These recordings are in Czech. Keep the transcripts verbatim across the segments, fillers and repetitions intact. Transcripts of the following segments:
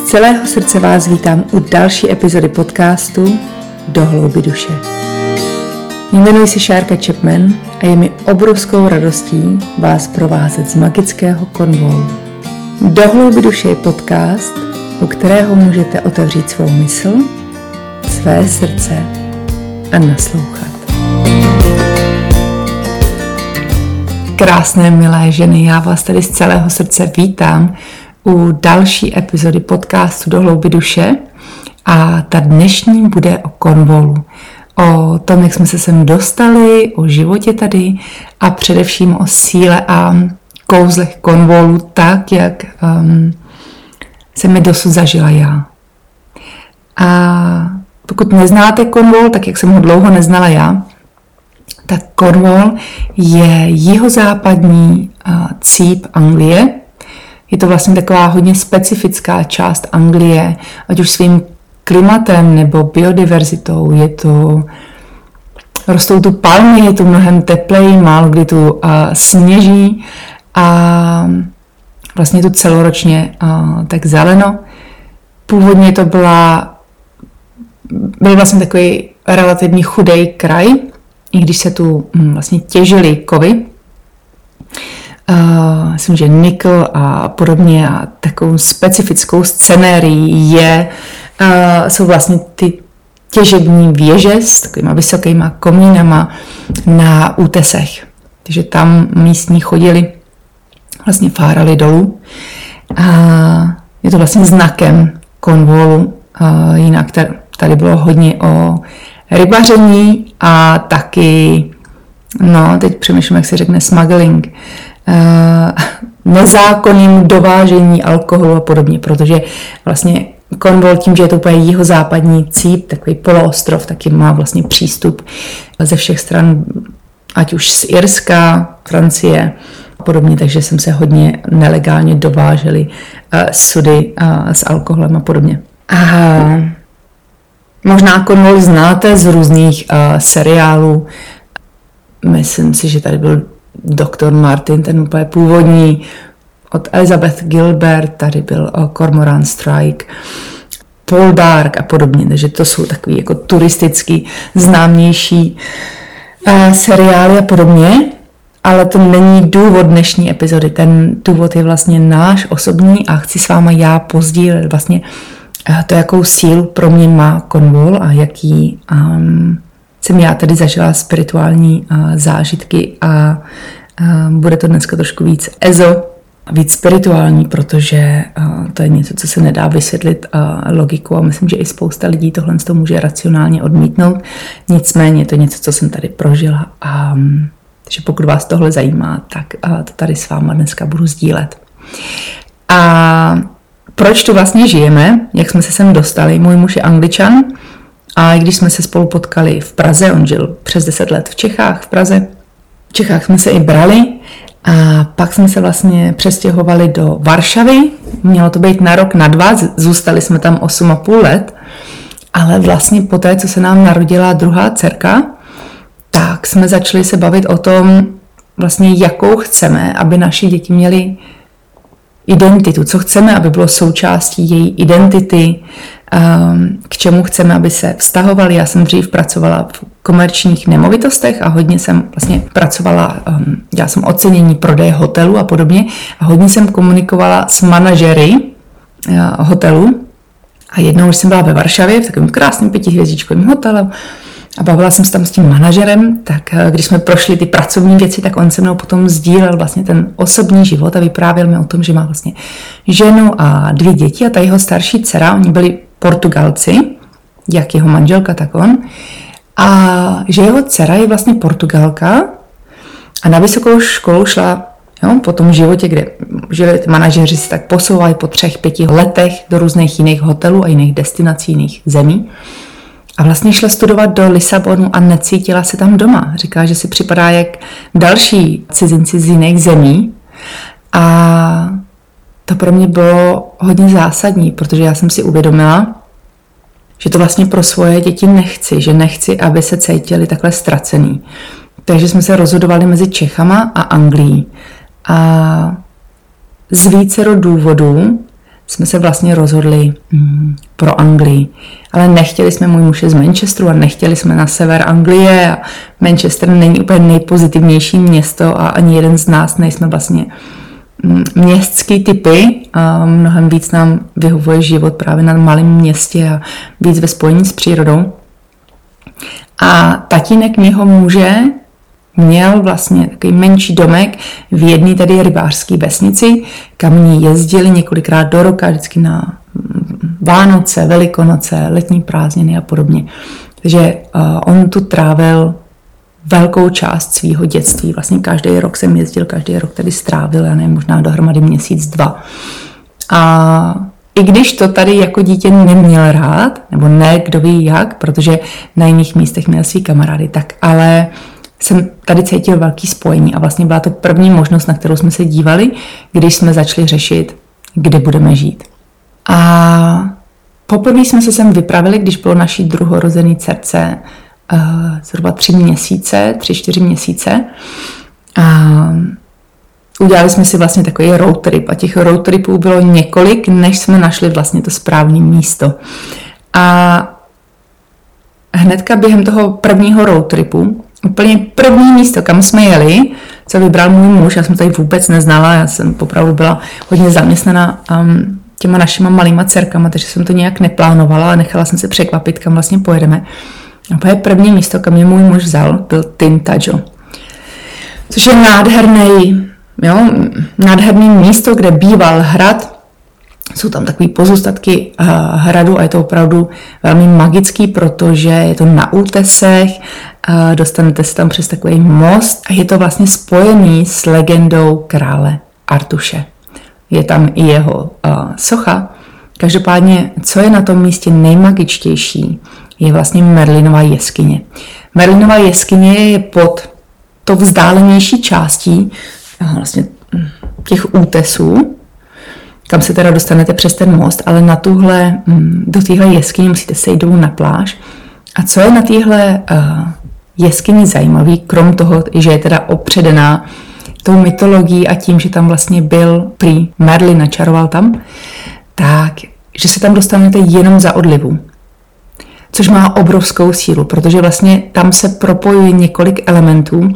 celého srdce vás vítám u další epizody podcastu Do hloubi duše. Jmenuji se Šárka Chapman a je mi obrovskou radostí vás provázet z magického Cornwallu. Do hloubi duše je podcast, u kterého můžete otevřít svou mysl, své srdce a naslouchat. Krásné, milé ženy, já vás tady z celého srdce vítám u další epizody podcastu Do hloubi duše a ta dnešní bude o Cornwallu. O tom, jak jsme se sem dostali, o životě tady a především o síle a kouzlech Cornwallu, tak, jak um, jsem je dosud zažila já. A pokud neznáte Cornwall, tak jak jsem ho dlouho neznala já, tak Cornwall je jihozápadní uh, cíp Anglie. Je to vlastně taková hodně specifická část Anglie, ať už svým klimatem nebo biodiverzitou. Je to, rostou tu palmy, je tu mnohem tepleji, málo kdy tu uh, sněží a vlastně tu celoročně uh, tak zeleno. Původně to byla, byl vlastně takový relativně chudej kraj, i když se tu um, vlastně těžily kovy. Uh, myslím, že nikl a podobně a takovou specifickou scenérií je, uh, jsou vlastně ty těžební věže s takovýma vysokýma komínama na útesech. Takže tam místní chodili, vlastně fárali dolů. A je to vlastně znakem Cornwallu. Uh, jinak tady bylo hodně o rybaření a taky, no teď přemýšlím, jak se řekne, smuggling, Uh, nezákonným dovážení alkoholu a podobně, protože vlastně Cornwall tím, že je to úplně jihozápadní cíp, takový poloostrov, taky má vlastně přístup ze všech stran, ať už z Irska, Francie a podobně, takže jsem se hodně nelegálně dováželi uh, sudy uh, s alkoholem a podobně. A možná Cornwall znáte z různých uh, seriálů. Myslím si, že tady byl doktor Martin, ten úplně původní, od Elizabeth Gilbert, tady byl Cormoran Strike, Poldark a podobně, takže to jsou takový jako turistický známější uh, seriály a podobně, ale to není důvod dnešní epizody, ten důvod je vlastně náš osobní a chci s váma já pozdílet vlastně uh, to, jakou sílu pro mě má Cornwall a jaký um, jsem já tady zažila spirituální uh, zážitky a uh, bude to dneska trošku víc ezo, víc spirituální, protože uh, to je něco, co se nedá vysvětlit uh, logiku a myslím, že i spousta lidí tohle to může racionálně odmítnout. Nicméně je to něco, co jsem tady prožila a um, takže pokud vás tohle zajímá, tak uh, to tady s váma dneska budu sdílet. A proč tu vlastně žijeme, jak jsme se sem dostali? Můj muž je Angličan, a když jsme se spolu potkali v Praze, on žil přes deset let v Čechách, v Praze. V Čechách jsme se i brali a pak jsme se vlastně přestěhovali do Varšavy. Mělo to být na rok, na dva, zůstali jsme tam osm a půl let. Ale vlastně poté, co se nám narodila druhá dcerka, tak jsme začali se bavit o tom, vlastně jakou chceme, aby naši děti měly identitu, co chceme, aby bylo součástí její identity, k čemu chceme, aby se vztahovali. Já jsem dřív pracovala v komerčních nemovitostech a hodně jsem vlastně pracovala, dělala jsem ocenění prodeje hotelu a podobně a hodně jsem komunikovala s manažery hotelu a jednou, když jsem byla ve Varšavě v takovém krásném pětihvězdičkovém hotelu a bavila jsem se tam s tím manažerem, tak když jsme prošli ty pracovní věci, tak on se mnou potom sdílel vlastně ten osobní život a vyprávěl mi o tom, že má vlastně ženu a dvě děti a ta jeho starší dcera, oni byli Portugalci, jak jeho manželka, tak on, a že jeho dcera je vlastně Portugalka a na vysokou školu šla, jo, po tom životě, kde žili manažeři se tak posouvají po třech, pěti letech do různých jiných hotelů a jiných destinací, jiných zemí. A vlastně šla studovat do Lisabonu a necítila se tam doma. Říká, že si připadá jak další cizinci z jiných zemí. A to pro mě bylo hodně zásadní, protože já jsem si uvědomila, že to vlastně pro svoje děti nechci, že nechci, aby se cítili takhle ztracený. Takže jsme se rozhodovali mezi Čechama a Anglií. A z vícero důvodů jsme se vlastně rozhodli mm, pro Anglii. Ale nechtěli jsme, můj muž je z Manchesteru a nechtěli jsme na sever Anglie a Manchester není úplně nejpozitivnější město a ani jeden z nás nejsme vlastně mm, městský typy a mnohem víc nám vyhovuje život právě na malém městě a víc ve spojení s přírodou. A tatínek mýho muže měl vlastně takový menší domek v jedné tady rybářské vesnici, kam oni jezdili několikrát do roka, vždycky na Vánoce, Velikonoce, letní prázdniny a podobně. Takže uh, on tu trávil velkou část svého dětství. Vlastně každý rok jsem jezdil, každý rok tady strávil, já nevím, možná dohromady měsíc, dva. A i když to tady jako dítě neměl rád, nebo ne, kdo ví jak, protože na jiných místech měl svý kamarády, tak ale jsem tady cítil velký spojení a vlastně byla to první možnost, na kterou jsme se dívali, když jsme začali řešit, kde budeme žít. A poprvé jsme se sem vypravili, když bylo naší druhorozený dcerce uh, zhruba tři měsíce, tři, čtyři měsíce. A udělali jsme si vlastně takový road trip a těch road tripů bylo několik, než jsme našli vlastně to správné místo. A hnedka během toho prvního road tripu, úplně první místo, kam jsme jeli, co vybral můj muž, já jsem tady vůbec neznala, já jsem opravdu byla hodně zaměstnaná um, těma našima malýma dcerkama, takže jsem to nějak neplánovala a nechala jsem se překvapit, kam vlastně pojedeme. A první místo, kam mě můj muž vzal, byl Tintagel, což je nádherný, jo, nádherný místo, kde býval hrad. Jsou tam takové pozůstatky uh, hradu a je to opravdu velmi magický, protože je to na útesech, uh, dostanete se tam přes takový most a je to vlastně spojený s legendou krále Artuše. Je tam i jeho uh, socha. Každopádně, co je na tom místě nejmagičtější, je vlastně Merlinova jeskyně. Merlinova jeskyně je pod to vzdálenější částí uh, vlastně těch útesů, kam se teda dostanete přes ten most, ale na tuhle, do téhle jeskyně musíte sejít dolů na pláž. A co je na téhle uh, jeskyni zajímavý, krom toho, že je teda opředená tou mytologií a tím, že tam vlastně byl prý Merlin, načaroval tam, tak, že se tam dostanete jenom za odlivu. Což má obrovskou sílu, protože vlastně tam se propojuje několik elementů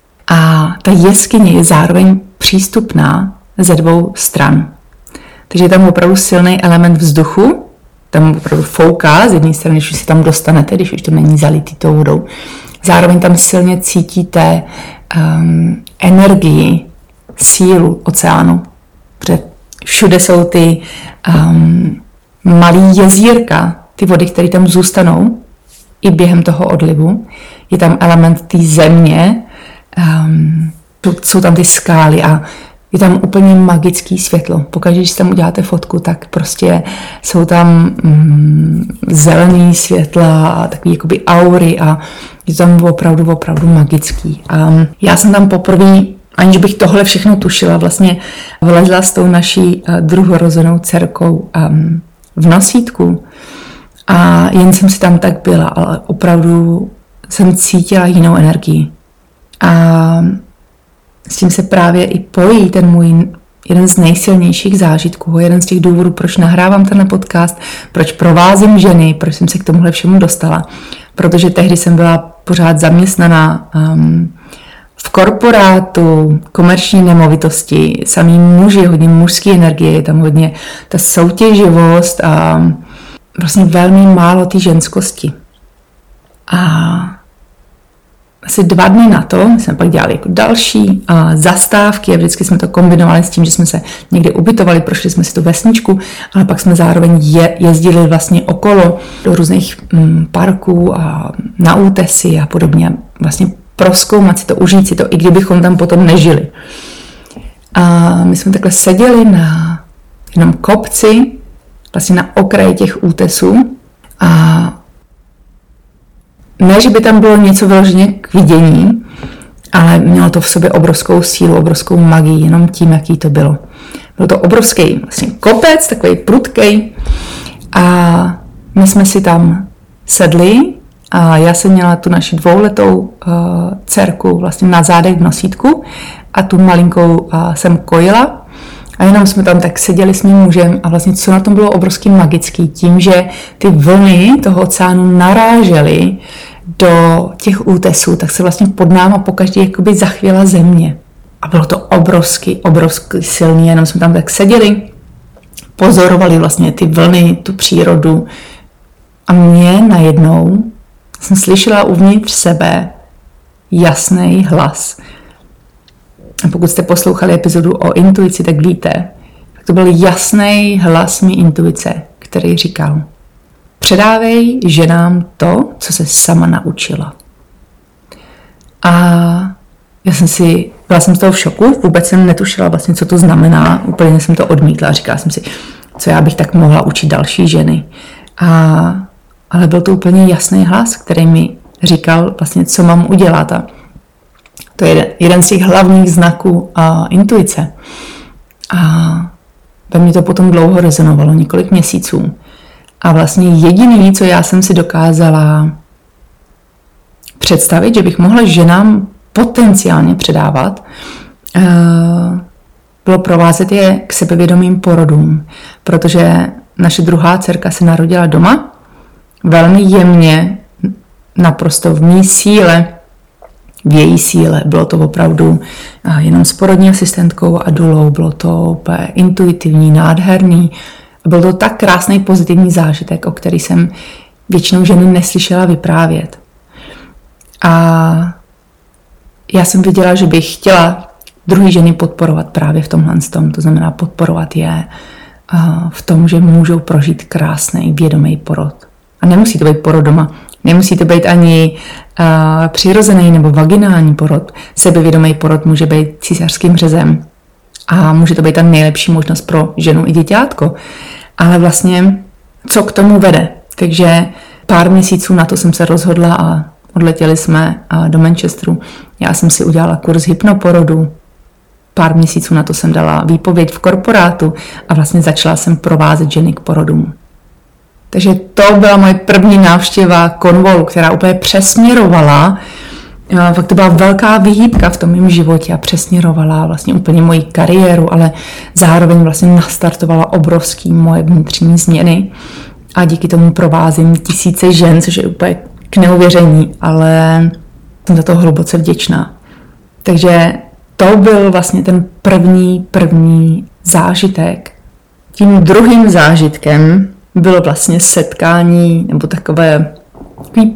a ta jeskyně je zároveň přístupná ze dvou stran. Takže je tam opravdu silný element vzduchu, tam opravdu fouká z jedné strany, když si tam dostanete, když už to není zalitý tou vodou. Zároveň tam silně cítíte um, energii, sílu oceánu, protože všude jsou ty um, malý jezírka, ty vody, které tam zůstanou i během toho odlivu. Je tam element té země, um, jsou tam ty skály a je tam úplně magický světlo. Pokaždé, když tam uděláte fotku, tak prostě jsou tam mm, zelený světla a takový jakoby aury a je tam opravdu, opravdu magický. A já jsem tam poprvé, aniž bych tohle všechno tušila, vlastně vlezla s tou naší uh, druhorozenou dcerkou um, v nosítku a jen jsem si tam tak byla, ale opravdu jsem cítila jinou energii. A s tím se právě i pojí ten můj jeden z nejsilnějších zážitků, jeden z těch důvodů, proč nahrávám tenhle podcast, proč provázím ženy, proč jsem se k tomuhle všemu dostala. Protože tehdy jsem byla pořád zaměstnaná um, v korporátu, komerční nemovitosti, samý muži, hodně mužské energie, je tam hodně ta soutěživost a vlastně velmi málo té ženskosti. A asi dva dny na to jsme pak dělali jako další a zastávky a vždycky jsme to kombinovali s tím, že jsme se někde ubytovali, prošli jsme si tu vesničku, ale pak jsme zároveň je, jezdili vlastně okolo do různých mm, parků a na útesy a podobně. Vlastně prozkoumat si to, užít si to, i kdybychom tam potom nežili. A my jsme takhle seděli na jenom kopci, vlastně na okraji těch útesů a ne, že by tam bylo něco vyloženě k vidění, ale mělo to v sobě obrovskou sílu, obrovskou magii, jenom tím, jaký to bylo. Byl to obrovský vlastně kopec, takový prudkej a my jsme si tam sedli a já jsem měla tu naši dvouletou uh, dcerku vlastně na zádech v nosítku a tu malinkou uh, jsem kojila A jenom jsme tam tak seděli s mým mužem a vlastně co na tom bylo obrovsky magický, tím, že ty vlny toho oceánu narážely do těch útesů, tak se vlastně pod náma pokaždé jakoby zachvěla země. A bylo to obrovsky, obrovsky silný, jenom jsme tam tak seděli, pozorovali vlastně ty vlny, tu přírodu a mě najednou jsem slyšela uvnitř sebe jasný hlas. A pokud jste poslouchali epizodu o intuici, tak víte, tak to byl jasný hlas mý intuice, který říkal: předávej ženám to, co se sama naučila. A já jsem si, byla jsem z toho v šoku, vůbec jsem netušila vlastně, co to znamená, úplně jsem to odmítla a říkala jsem si, co já bych tak mohla učit další ženy. A, ale byl to úplně jasný hlas, který mi říkal vlastně, co mám udělat. A to je jeden, jeden z těch hlavních znaků a intuice. A ve mně to potom dlouho rezonovalo, několik měsíců. A vlastně jediný, co já jsem si dokázala představit, že bych mohla ženám potenciálně předávat, bylo provázet je k sebevědomým porodům, protože naše druhá dcerka se narodila doma, velmi jemně, naprosto v mý síle, v její síle. Bylo to opravdu jenom s porodní asistentkou a dulou, bylo to úplně intuitivní, nádherný. Byl to tak krásný pozitivní zážitek, o který jsem většinou ženy neslyšela vyprávět. A já jsem viděla, že bych chtěla druhé ženy podporovat právě v tomhle tom, to znamená podporovat je v tom, že můžou prožít krásný, vědomý porod. A nemusí to být porod doma, nemusí to být ani uh, přirozený nebo vaginální porod. Sebevědomý porod může být císařským řezem a může to být ta nejlepší možnost pro ženu i děťátko. Ale vlastně, co k tomu vede? Takže pár měsíců na to jsem se rozhodla a odletěli jsme do Manchesteru. Já jsem si udělala kurz hypnoporodu. Pár měsíců na to jsem dala výpověď v korporátu a vlastně začala jsem provázet ženy k porodům. Takže to byla moje první návštěva Cornwallu, která úplně přesměrovala, fakt to byla velká výhybka v tom mém životě a přesměrovala vlastně úplně moji kariéru, ale zároveň vlastně nastartovala obrovský moje vnitřní změny a díky tomu provázím tisíce žen, což je úplně k neuvěření, ale jsem za to hluboce vděčná. Takže to byl vlastně ten první, první zážitek. Tím druhým zážitkem bylo vlastně setkání nebo takové takový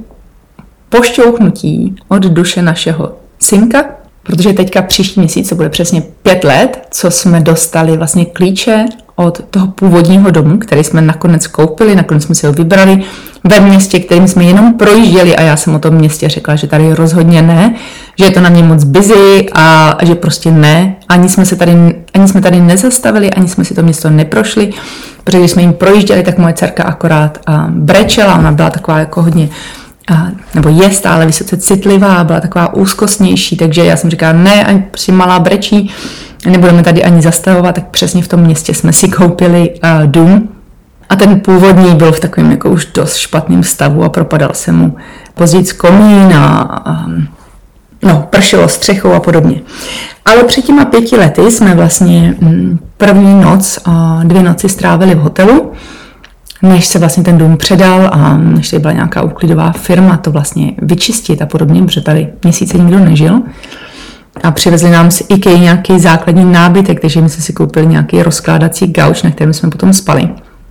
pošťouchnutí od duše našeho synka, protože teďka příští měsíc, to bude přesně pět let, co jsme dostali vlastně klíče od toho původního domu, který jsme nakonec koupili, nakonec jsme si ho vybrali ve městě, kterým jsme jenom projížděli a já jsem o tom městě řekla, že tady rozhodně ne, že je to na mě moc busy a, a že prostě ne, ani jsme se tady, ani jsme tady nezastavili, ani jsme si to město neprošli, protože když jsme jim projížděli, tak moje dcerka akorát a brečela, ona byla taková jako hodně, a, nebo je stále vysoce citlivá, byla taková úzkostnější, takže já jsem říkala, ne, ani prostě malá brečí, nebudeme tady ani zastavovat, tak přesně v tom městě jsme si koupili uh, dům a ten původní byl v takovém jako už dost špatném stavu a propadal se mu později komín a um, no, pršelo střechou a podobně. Ale před těma pěti lety jsme vlastně um, první noc a dvě noci strávili v hotelu, než se vlastně ten dům předal a než tady byla nějaká úklidová firma to vlastně vyčistit a podobně, protože tady měsíce nikdo nežil. A přivezli nám z IKEA nějaký základní nábytek, takže my jsme si koupili nějaký rozkládací gauč, na kterém jsme potom spali.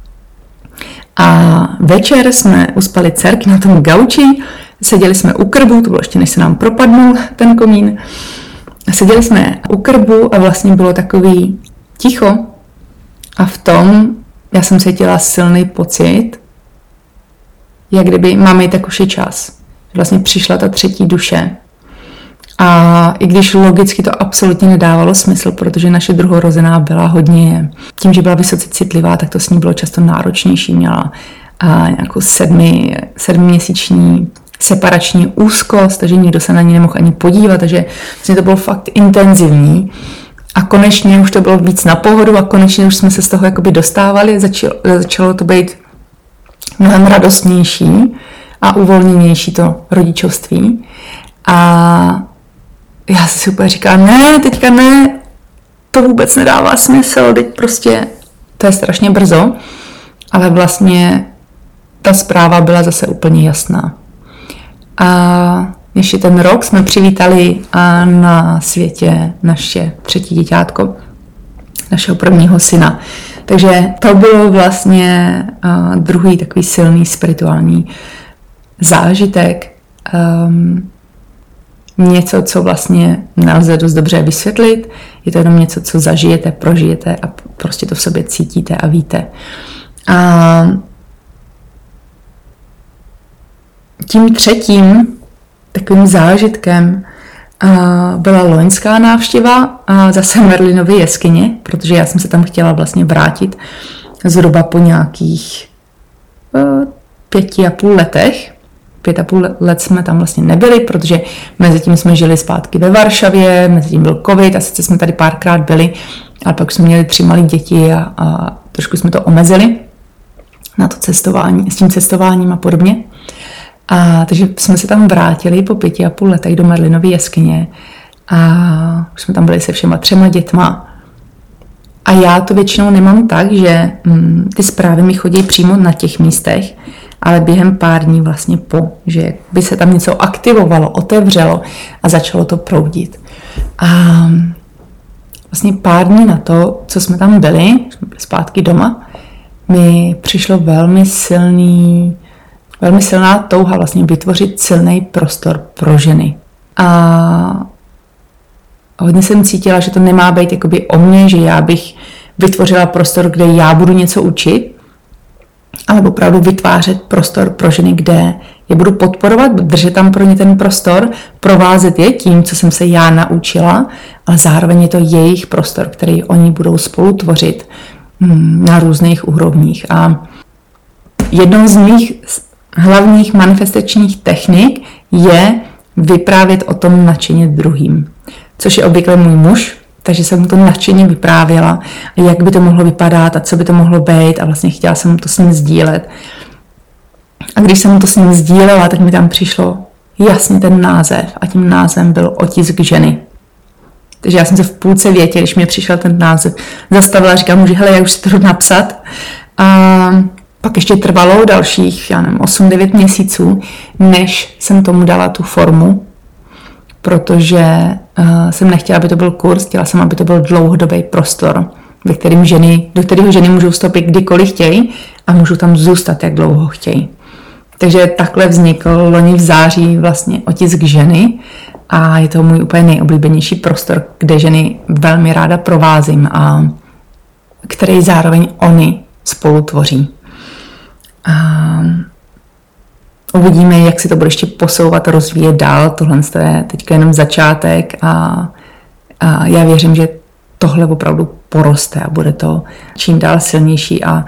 A večer jsme uspali dcerky na tom gauči, seděli jsme u krbu, to bylo ještě než se nám propadnul ten komín. Seděli jsme u krbu a vlastně bylo takový ticho a v tom já jsem cítila silný pocit, jak kdyby máme jít tak už je čas. Vlastně přišla ta třetí duše. A i když logicky to absolutně nedávalo smysl, protože naše druhorozená byla hodně, tím, že byla vysoce citlivá, tak to s ní bylo často náročnější. Měla a nějakou sedmi, sedmiměsíční separační úzkost, takže nikdo se na ní nemohl ani podívat, takže vlastně to bylo fakt intenzivní. A konečně už to bylo víc na pohodu a konečně už jsme se z toho jakoby dostávali, začalo, začalo to být mnohem radostnější a uvolněnější to rodičovství. A já si úplně říkala, ne, teďka ne, to vůbec nedává smysl, teď prostě to je strašně brzo, ale vlastně ta zpráva byla zase úplně jasná. A ještě ten rok jsme přivítali na světě naše třetí děťátko, našeho prvního syna. Takže to bylo vlastně druhý takový silný spirituální zážitek. Um, něco, co vlastně nelze dost dobře vysvětlit. Je to jenom něco, co zažijete, prožijete a prostě to v sobě cítíte a víte. A tím třetím takovým zážitkem byla loňská návštěva zase Merlinovy jeskyně, protože já jsem se tam chtěla vlastně vrátit zhruba po nějakých pěti a půl letech. Pět a půl let jsme tam vlastně nebyli, protože mezi tím jsme žili zpátky ve Varšavě, mezi tím byl covid a sice jsme tady párkrát byli, ale pak jsme měli tři malé děti a, a trošku jsme to omezili na to cestování, s tím cestováním a podobně. A takže jsme se tam vrátili po pěti a půl letech do Merlinovy jeskyně a už jsme tam byli se všema třema dětma. A já to většinou nemám tak, že hm, ty zprávy mi chodí přímo na těch místech, ale během pár dní vlastně po, že by se tam něco aktivovalo, otevřelo a začalo to proudit. A vlastně pár dní na to, co jsme tam byli, jsme byli zpátky doma, mi přišlo velmi silný, velmi silná touha vlastně vytvořit silný prostor pro ženy. A hodně jsem cítila, že to nemá být jakoby o mně, že já bych vytvořila prostor, kde já budu něco učit, ale opravdu vytvářet prostor pro ženy, kde je budu podporovat, držet tam pro ně ten prostor, provázet je tím, co jsem se já naučila, ale zároveň je to jejich prostor, který oni budou spolu tvořit na různých úrovních. A jednou z mých hlavních manifestačních technik je vyprávět o tom nadšeně druhým, což je obvykle můj muž, takže jsem mu to nadšeně vyprávěla, jak by to mohlo vypadat a co by to mohlo být a vlastně chtěla jsem mu to s ním sdílet. A když jsem mu to s ním sdílela, tak mi tam přišlo jasně ten název a tím názvem byl Otisk ženy. Takže já jsem se v půlce větě, když mi přišel ten název, zastavila a říkala mu, že hele, já už si to jdu napsat. A pak ještě trvalo dalších, já nevím, osm devět měsíců, než jsem tomu dala tu formu, protože uh, jsem nechtěla, aby to byl kurz, chtěla jsem, aby to byl dlouhodobý prostor, ve kterým ženy, do kterého ženy můžou vstoupit kdykoliv chtějí a můžou tam zůstat, jak dlouho chtějí. Takže takhle vznikl loni v září vlastně Otisk ženy a je to můj úplně nejoblíbenější prostor, kde ženy velmi ráda provázím a který zároveň oni spolu tvoří. A uvidíme, jak si to bude ještě posouvat a rozvíjet dál. Tohle je teď jenom začátek a, a já věřím, že tohle opravdu poroste a bude to čím dál silnější a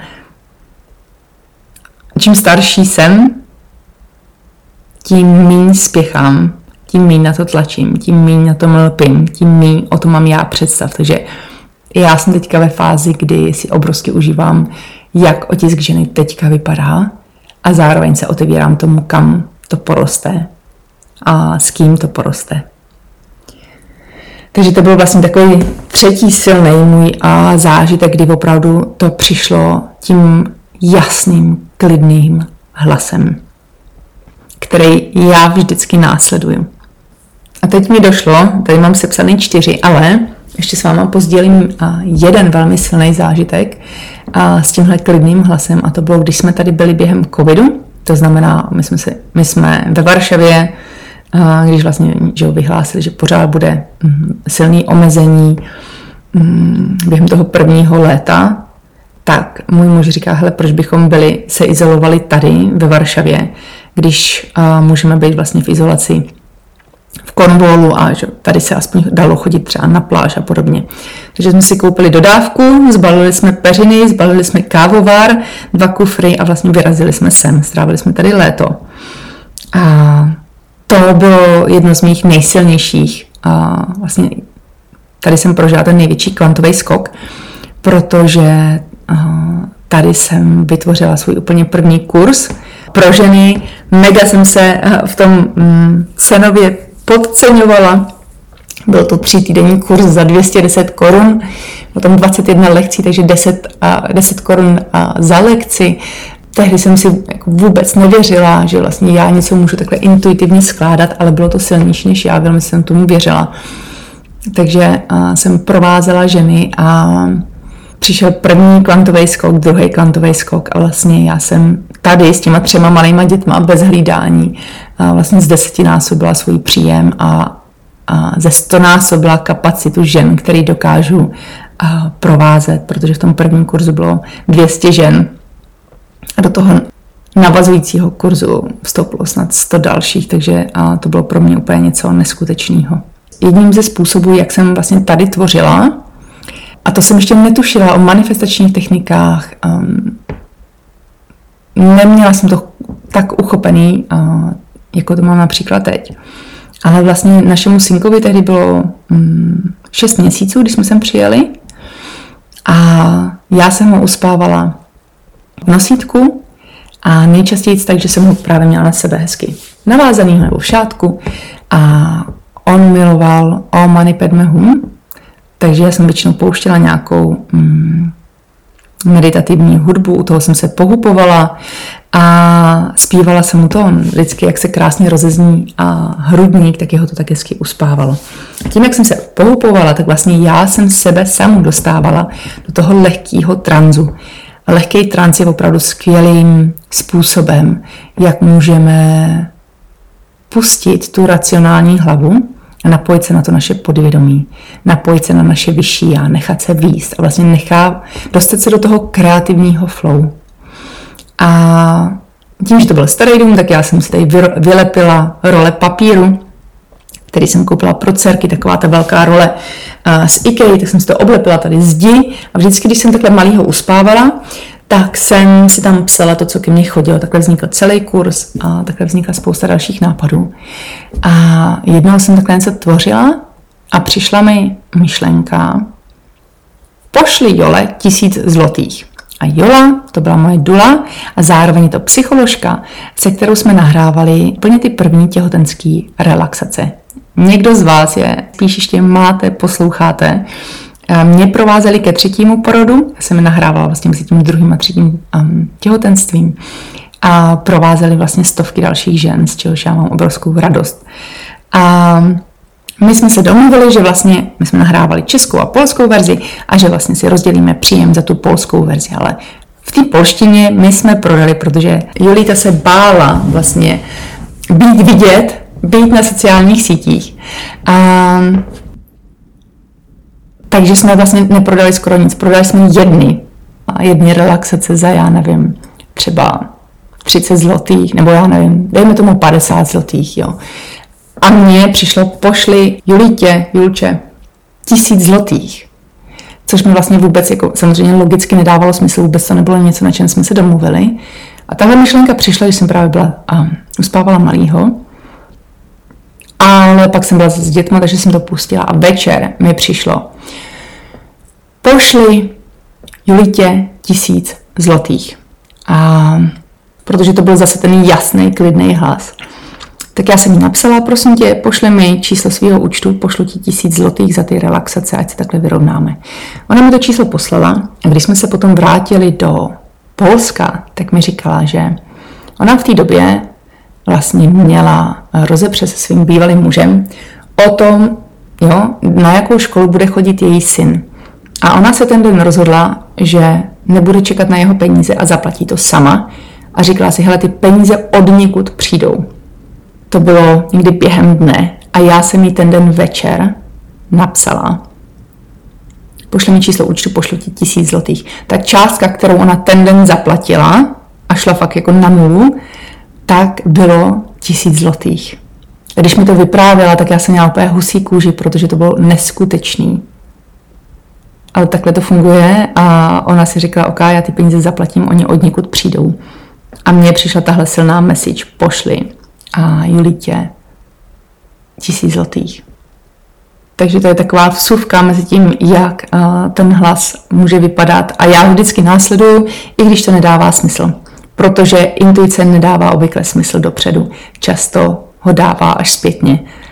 čím starší jsem, tím míň spěchám, tím míň na to tlačím, tím míň na to mlpím, tím míň o tom mám já představ. Takže já jsem teďka ve fázi, kdy si obrovsky užívám, jak Otisk ženy teďka vypadá a zároveň se otevírám tomu, kam to poroste a s kým to poroste. Takže to byl vlastně takový třetí silný můj a zážitek, kdy opravdu to přišlo tím jasným, klidným hlasem, který já vždycky následuju. A teď mi došlo, tady mám sepsaný čtyři, ale ještě s váma pozdělím jeden velmi silný zážitek s tímhle klidným hlasem a to bylo, když jsme tady byli během covidu, to znamená, my jsme, se, my jsme ve Varšavě, když vlastně že vyhlásili, že pořád bude silný omezení během toho prvního léta, tak můj muž říká, hele, proč bychom byli, se izolovali tady ve Varšavě, když můžeme být vlastně v izolaci v Cornwallu a že tady se aspoň dalo chodit třeba na pláž a podobně. Takže jsme si koupili dodávku, zbalili jsme peřiny, zbalili jsme kávovar, dva kufry a vlastně vyrazili jsme sem. Strávili jsme tady léto. A to bylo jedno z mých nejsilnějších. A vlastně tady jsem prožila ten největší kvantový skok, protože tady jsem vytvořila svůj úplně první kurz pro ženy. Mega jsem se v tom cenově podceňovala. Byl to tři týdenní kurz za dvě stě deset korun, potom dvacet jedna lekcí, takže deset korun za lekci. Tehdy jsem si jako vůbec nevěřila, že vlastně já něco můžu takhle intuitivně skládat, ale bylo to silnější než já, velmi jsem tomu věřila. Takže jsem provázela ženy a přišel první kvantový skok, druhý kvantový skok a vlastně já jsem tady s těma třema malýma dětma bez hlídání vlastně z desetinásobila svůj příjem a a ze stonásobila kapacitu žen, který dokážu a, provázet, protože v tom prvním kurzu bylo dvě stě žen a do toho navazujícího kurzu vstoupilo snad sto dalších, takže a, to bylo pro mě úplně něco neskutečného. Jedním ze způsobů, jak jsem vlastně tady tvořila, a to jsem ještě netušila o manifestačních technikách, um, neměla jsem to tak uchopený, uh, jako to mám například teď. Ale vlastně našemu synkovi tehdy bylo mm, šest měsíců, když jsme sem přijeli a já jsem ho uspávala v nosítku a nejčastěji tak, že jsem ho právě měla na sebe hezky navázaný nebo v šátku a on miloval O Mani Padme Hum, takže já jsem většinou pouštěla nějakou mm, meditativní hudbu, u toho jsem se pohupovala a zpívala jsem mu to, on vždycky, jak se krásně rozezní a hrudník, tak jeho to tak hezky uspávalo. A tím, jak jsem se pohupovala, tak vlastně já jsem sebe samu dostávala do toho lehkého tranzu. A lehký trans je opravdu skvělým způsobem, jak můžeme pustit tu racionální hlavu a napojit se na to naše podvědomí, napojit se na naše vyšší já, nechat se vést a vlastně nechá dostat se do toho kreativního flow. A tím, že to byl starý dům, tak já jsem si tady vylepila role papíru, který jsem koupila pro dcerky, taková ta velká role z IKEA, tak jsem si to oblepila tady zdi a vždycky, když jsem takhle malýho uspávala, tak jsem si tam psala to, co ke mně chodilo. Takhle vznikl celý kurz a takhle vznikla spousta dalších nápadů. A jednou jsem takhle něco tvořila a přišla mi myšlenka, pošli Jole tisíc zlotých. A Jola, to byla moje dula a zároveň je to psycholožka, se kterou jsme nahrávali úplně ty první těhotenské relaxace. Někdo z vás je spíš ještě máte, posloucháte. Mě provázeli ke třetímu porodu, já jsem je nahrávala vlastně mezi tím druhým a třetím um, těhotenstvím a provázeli vlastně stovky dalších žen, z čehož já mám obrovskou radost. A my jsme se domluvili, že vlastně my jsme nahrávali českou a polskou verzi a že vlastně si rozdělíme příjem za tu polskou verzi, ale v té polštině my jsme prodali, protože Jolita se bála vlastně být vidět, být na sociálních sítích. A takže jsme vlastně neprodali skoro nic. Prodali jsme jedny. Jedny relaxace za, já nevím, třeba třicet zlotých, nebo já nevím, dejme tomu padesát zlotých, jo. A mně přišlo, pošli Julitě, Julče, tisíc zlotých. Což mi vlastně vůbec, jako samozřejmě logicky nedávalo smysl, vůbec to nebylo něco, na čem jsme se domluvili. A tahle myšlenka přišla, když jsem právě byla a uspávala malýho. Ale pak jsem byla s dětma, takže jsem to pustila a večer mi přišlo, pošli Julitě tisíc zlotých. A protože to byl zase ten jasný, klidný hlas, tak já jsem jí napsala, prosím tě, pošli mi číslo svého účtu, pošlu ti tisíc zlotých za ty relaxace, ať se takhle vyrovnáme. Ona mi to číslo poslala a když jsme se potom vrátili do Polska, tak mi říkala, že ona v té době vlastně měla rozepře se svým bývalým mužem o tom, jo, na jakou školu bude chodit její syn. A ona se ten den rozhodla, že nebude čekat na jeho peníze a zaplatí to sama. A říkala si, hele, ty peníze od někud přijdou. To bylo někdy během dne. A já jsem jí ten den večer napsala, pošli mi číslo účtu, pošlu ti tisíc zlotých. Ta částka, kterou ona ten den zaplatila a šla fakt jako na nulu, tak bylo tisíc zlotých. A když mi to vyprávěla, tak já jsem měla úplně husí kůži, protože to bylo neskutečný. Ale takhle to funguje a ona si říkala, ok, já ty peníze zaplatím, oni od někud přijdou. A mně přišla tahle silná message, pošli a Julitě tisíc zlotých. Takže to je taková vsuvka mezi tím, jak ten hlas může vypadat a já ho vždycky následuju, i když to nedává smysl. Protože intuice nedává obvykle smysl dopředu. Často ho dává až zpětně.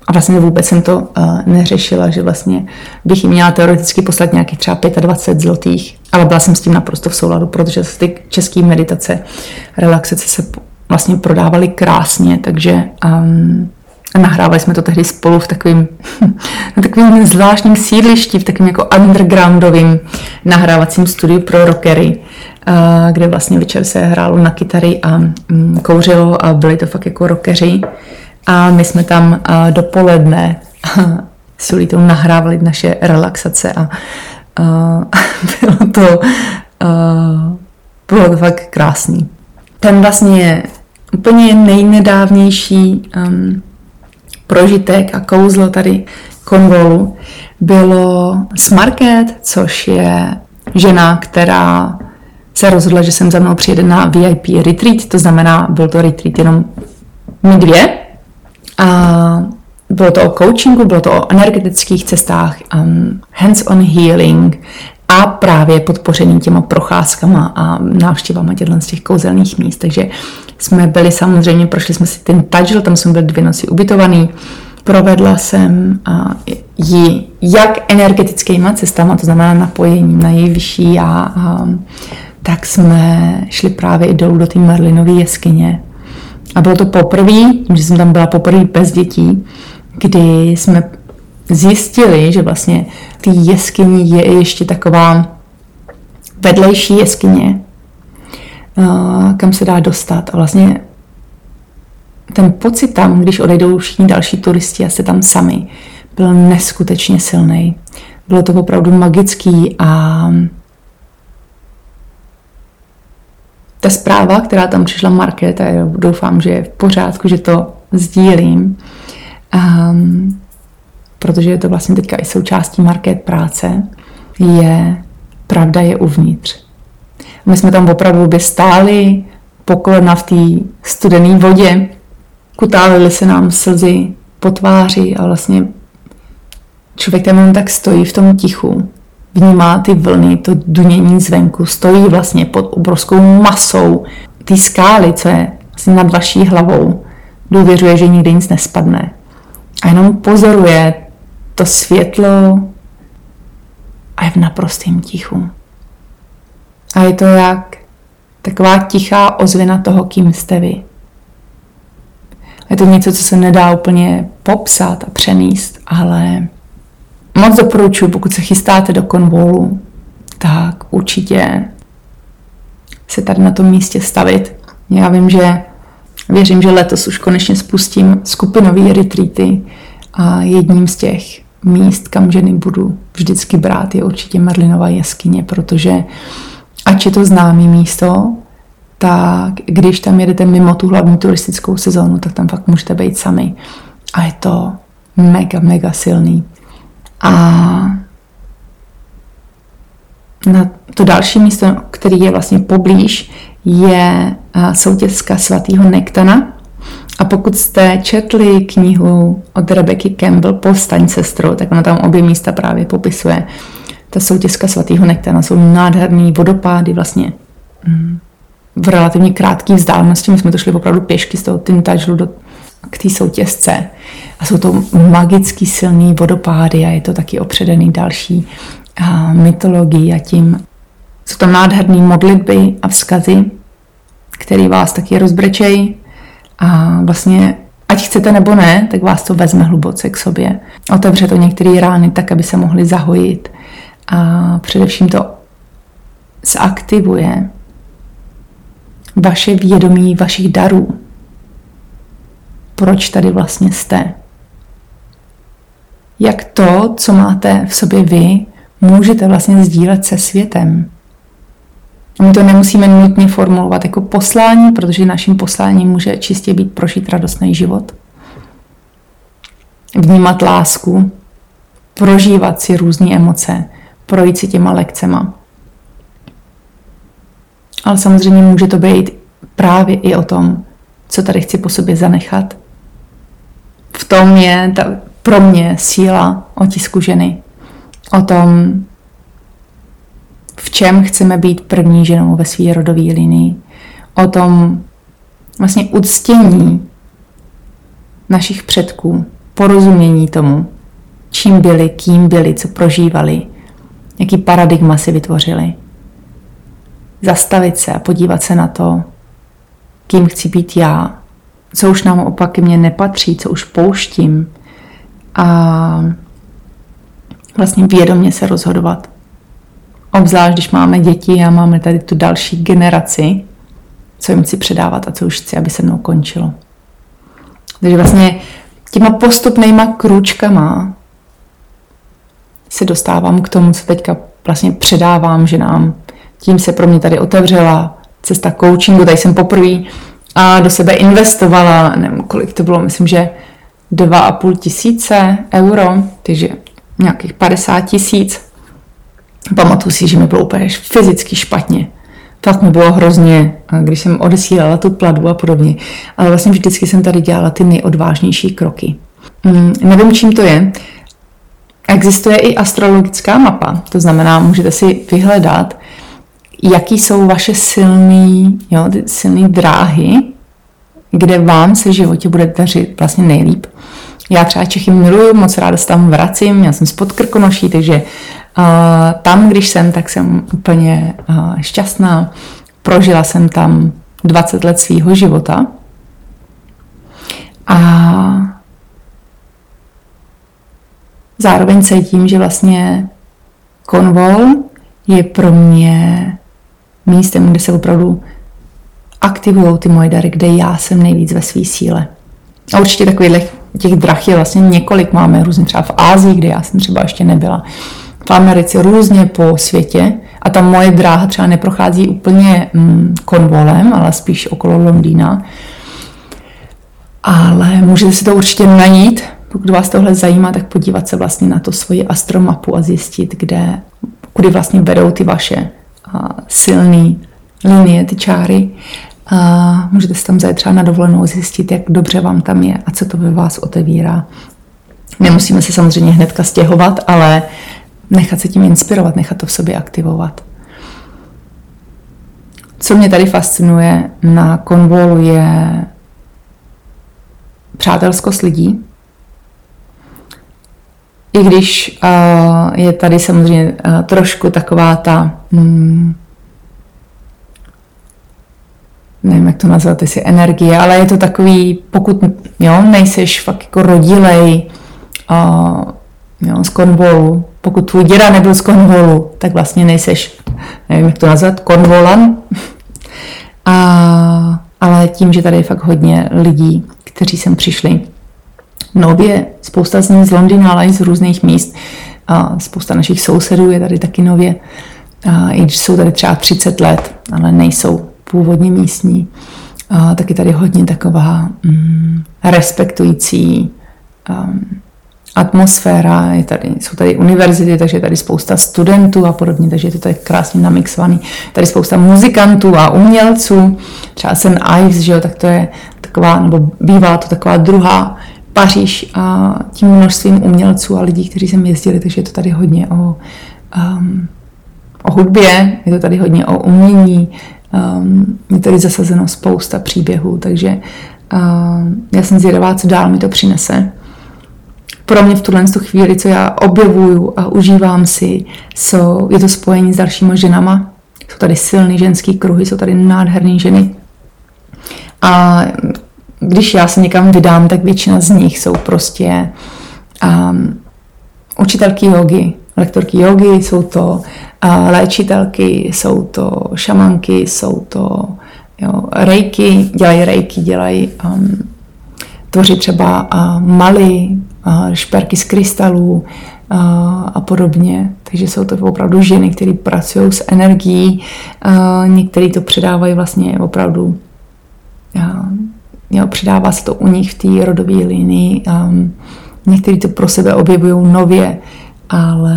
A vlastně vůbec jsem to uh, neřešila, že vlastně bych jim měla teoreticky poslat nějakých třeba dvacet pět zlotých, ale byla jsem s tím naprosto v souladu, protože ty české meditace, relaxace se vlastně prodávaly krásně, takže um, nahrávali jsme to tehdy spolu v takovým, na takovým zvláštním sídlišti, v takovým jako undergroundovým nahrávacím studiu pro rockery, uh, kde vlastně večer se hrálo na kytary a um, kouřilo a byli to fakt jako rockeři. A my jsme tam uh, dopoledne s Julitou nahrávali naše relaxace a uh, bylo to uh, bylo to fakt krásný. Ten vlastně úplně nejnedávnější um, prožitek a kouzlo tady Cornwallu bylo s Market, což je žena, která se rozhodla, že jsem za mnou přijede na V I P retreat, to znamená, byl to retreat jenom my dvě. A bylo to o coachingu, bylo to o energetických cestách, um, hands-on healing a právě podpořený těma procházkama a návštěvama těchto z těch kouzelných míst. Takže jsme byli samozřejmě, prošli jsme si ten Tadžil, tam jsme byli dvě noci ubytovaný. Provedla jsem uh, ji jak energetickýma cestama, to znamená napojením na její vyšší já, um, tak jsme šli právě i dolů do té Merlinové jeskyně. A bylo to poprvé, že jsem tam byla poprvé bez dětí, kdy jsme zjistili, že vlastně v té jeskyni je ještě taková vedlejší jeskyně, kam se dá dostat. A vlastně ten pocit tam, když odejdou všichni další turisti a jste tam sami, byl neskutečně silný. Bylo to opravdu magický a ta zpráva, která tam přišla Market, a já doufám, že je v pořádku, že to sdílím, um, protože je to vlastně teďka i součástí Market práce, je pravda je uvnitř. My jsme tam opravdu obě stáli, po kolena v té studené vodě, kutálily se nám slzy po tváři a vlastně člověk tam tak stojí v tom tichu, vnímá ty vlny, to dunění zvenku, stojí vlastně pod obrovskou masou té skály, co je vlastně nad vaší hlavou. Důvěřuje, že nikdy nic nespadne. A jenom pozoruje to světlo a je v naprostém tichu. A je to jak taková tichá ozvěna toho, kým jste vy. Je to něco, co se nedá úplně popsat a přenést, ale moc doporučuji, pokud se chystáte do Cornwallu, tak určitě se tady na tom místě stavit. Já vím, že věřím, že letos už konečně spustím skupinový retreaty a jedním z těch míst, kam ženy budu vždycky brát, je určitě Merlinova jeskyně, protože ač je to známé místo, tak když tam jedete mimo tu hlavní turistickou sezónu, tak tam fakt můžete být sami. A je to mega, mega silný. A na to další místo, který je vlastně poblíž, je soutězka svatého Nektana. A pokud jste četli knihu od Rebecky Campbell Povstaň, sestro, tak ona tam obě místa právě popisuje. Ta soutězka svatého Nektana jsou nádherný vodopády vlastně v relativně krátké vzdálenosti. My jsme to šli opravdu pěšky z toho Tintagelu do k té soutězce. A jsou to magický silný vodopády a je to taky opředený další a, mytologií a tím. Jsou tam nádherný modlitby a vzkazy, který vás taky rozbrečejí a vlastně ať chcete nebo ne, tak vás to vezme hluboce k sobě. Otevře to některé rány tak, aby se mohly zahojit a především to zaktivuje vaše vědomí vašich darů. Proč tady vlastně jste? Jak to, co máte v sobě vy, můžete vlastně sdílet se světem? My to nemusíme nutně formulovat jako poslání, protože naším posláním může čistě být prožít radostný život. Vnímat lásku, prožívat si různé emoce, projít si těma lekcema. Ale samozřejmě může to být právě i o tom, co tady chci po sobě zanechat. V tom je ta, pro mě síla otisku ženy. O tom, v čem chceme být první ženou ve své rodové linii. O tom vlastně uctění našich předků, porozumění tomu, čím byli, kým byli, co prožívali, jaký paradigma si vytvořili. Zastavit se a podívat se na to, kým chci být já, co už nám opak mě nepatří, co už pouštím a vlastně vědomě se rozhodovat. Obzvlášť, když máme děti a máme tady tu další generaci, co jim chci předávat a co už chci, aby se mnou končilo. Takže vlastně těma postupnýma krůčkama se dostávám k tomu, co teďka vlastně předávám ženám. Tím se pro mě tady otevřela cesta coachingu, tady jsem poprvé a do sebe investovala, nevím, kolik to bylo, myslím, že dva a půl tisíce euro, takže nějakých padesát tisíc. Pamatuju si, že mi bylo úplně fyzicky špatně. Fakt mi bylo hrozně, když jsem odesílala tu platbu a podobně. Ale vlastně vždycky jsem tady dělala ty nejodvážnější kroky. Hmm, nevím, čím to je. Existuje i astrologická mapa, to znamená, můžete si vyhledat, jaký jsou vaše silný, jo, ty silné dráhy, kde vám se v životě bude dařit vlastně nejlíp. Já třeba Čechy miluju, moc ráda se tam vracím, já jsem z Podkrkonoší, takže uh, tam, když jsem, tak jsem úplně uh, šťastná. Prožila jsem tam dvacet let svýho života. A zároveň cítím, že vlastně Cornwall je pro mě místem, kde se opravdu aktivují ty moje dary, kde já jsem nejvíc ve své síle. A určitě takových těch drah je vlastně několik, máme různě třeba v Ázii, kde já jsem třeba ještě nebyla. V Americe různě po světě a tam moje dráha třeba neprochází úplně mm, Cornwallem, ale spíš okolo Londýna. Ale můžete si to určitě najít, pokud vás tohle zajímá, tak podívat se vlastně na to svoji astromapu a zjistit, kde, kudy vlastně vedou ty vaše silné linie, ty čáry. A můžete si tam zajet třeba na dovolenou, zjistit, jak dobře vám tam je a co to ve vás otevírá. Nemusíme se samozřejmě hnedka stěhovat, ale nechat se tím inspirovat, nechat to v sobě aktivovat. Co mě tady fascinuje na Cornwallu je přátelskost lidí. I když uh, je tady samozřejmě uh, trošku taková ta, hmm, nevím, jak to nazvat, jestli energie, ale je to takový, pokud jo, nejseš fakt jako rodilej uh, jo, z Cornwallu, pokud tvůj děda nebyl z Cornwallu, tak vlastně nejseš, nevím, jak to nazvat, Cornwallan. A, ale tím, že tady je fakt hodně lidí, kteří sem přišli nově, spousta z nich z Londýna, ale i z různých míst. A spousta našich sousedů je tady taky nově, a i když jsou tady třeba třicet let, ale nejsou původně místní. A taky tady hodně taková mm, respektující um, atmosféra, je tady, jsou tady univerzity, takže je tady spousta studentů a podobně, takže je to tady krásně namixovaný. Tady spousta muzikantů a umělců, třeba Saint Ives, že jo, tak to je taková, nebo bývá to taková druhá Paříž a tím množstvím umělců a lidí, kteří sem jezdili, takže je to tady hodně o, um, o hudbě, je to tady hodně o umění, um, je tady zasazeno spousta příběhů, takže um, já jsem zvědavá, co dál mi to přinese. Pro mě v tuhle chvíli, co já objevuju a užívám si, so, je to spojení s dalšíma ženama. Jsou tady silný ženský kruhy, jsou tady nádherné ženy. A když já se někam vydám, tak většina z nich jsou prostě um, učitelky jogy, lektorky jogy, jsou to uh, léčitelky, jsou to šamanky, jsou to jo, rejky, dělají rejky, dělají um, tvoří třeba uh, maly, uh, šperky z krystalů uh, a podobně. Takže jsou to opravdu ženy, které pracují s energií, uh, některý to předávají vlastně opravdu uh, Jo, přidává se to u nich v té rodové linii. Um, někteří to pro sebe objevují nově, ale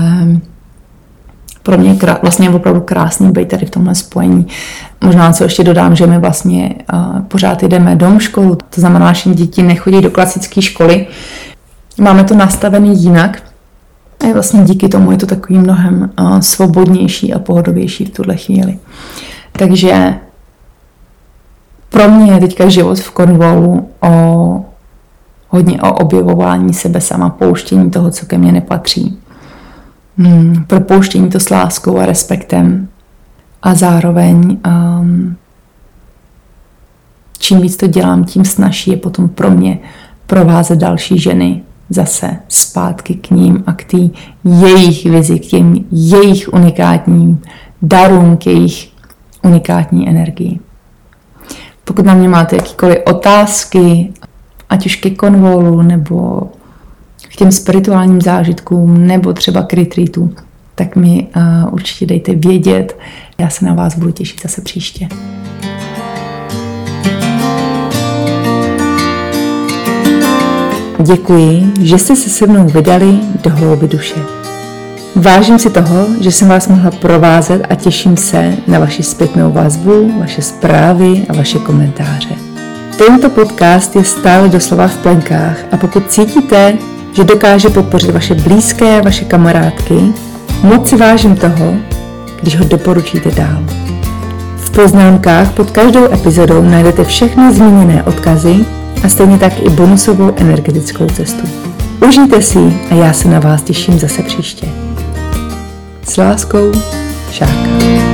pro mě je krá- vlastně opravdu krásný být tady v tomhle spojení. Možná co ještě dodám, že my vlastně uh, pořád jdeme dom školu, to znamená, že děti nechodí do klasické školy. Máme to nastavený jinak a vlastně díky tomu je to takový mnohem uh, svobodnější a pohodovější v tuhle chvíli. Takže pro mě je teďka život v Cornwallu o hodně o objevování sebe sama, pouštění toho, co ke mně nepatří. Hmm, propouštění to s láskou a respektem. A zároveň um, čím víc to dělám, tím snazší je potom pro mě provázet další ženy zase zpátky k ním a k té jejich vizi, k těm jejich unikátním darům, k jejich unikátní energii. Pokud na mě máte jakýkoliv otázky, ať už ke konvolu, nebo k těm spirituálním zážitkům, nebo třeba k retreatu, tak mi uh, určitě dejte vědět. Já se na vás budu těšit zase příště. Děkuji, že jste se se mnou vydali do hloubi duše. Vážím si toho, že jsem vás mohla provázet a těším se na vaši zpětnou vazbu, vaše zprávy a vaše komentáře. Tento podcast je stále doslova v plenkách a pokud cítíte, že dokáže podpořit vaše blízké a vaše kamarádky, moc si vážím toho, když ho doporučíte dál. V poznámkách pod každou epizodou najdete všechny zmíněné odkazy a stejně tak i bonusovou energetickou cestu. Užijte si a já se na vás těším zase příště. S láskou, Šárka.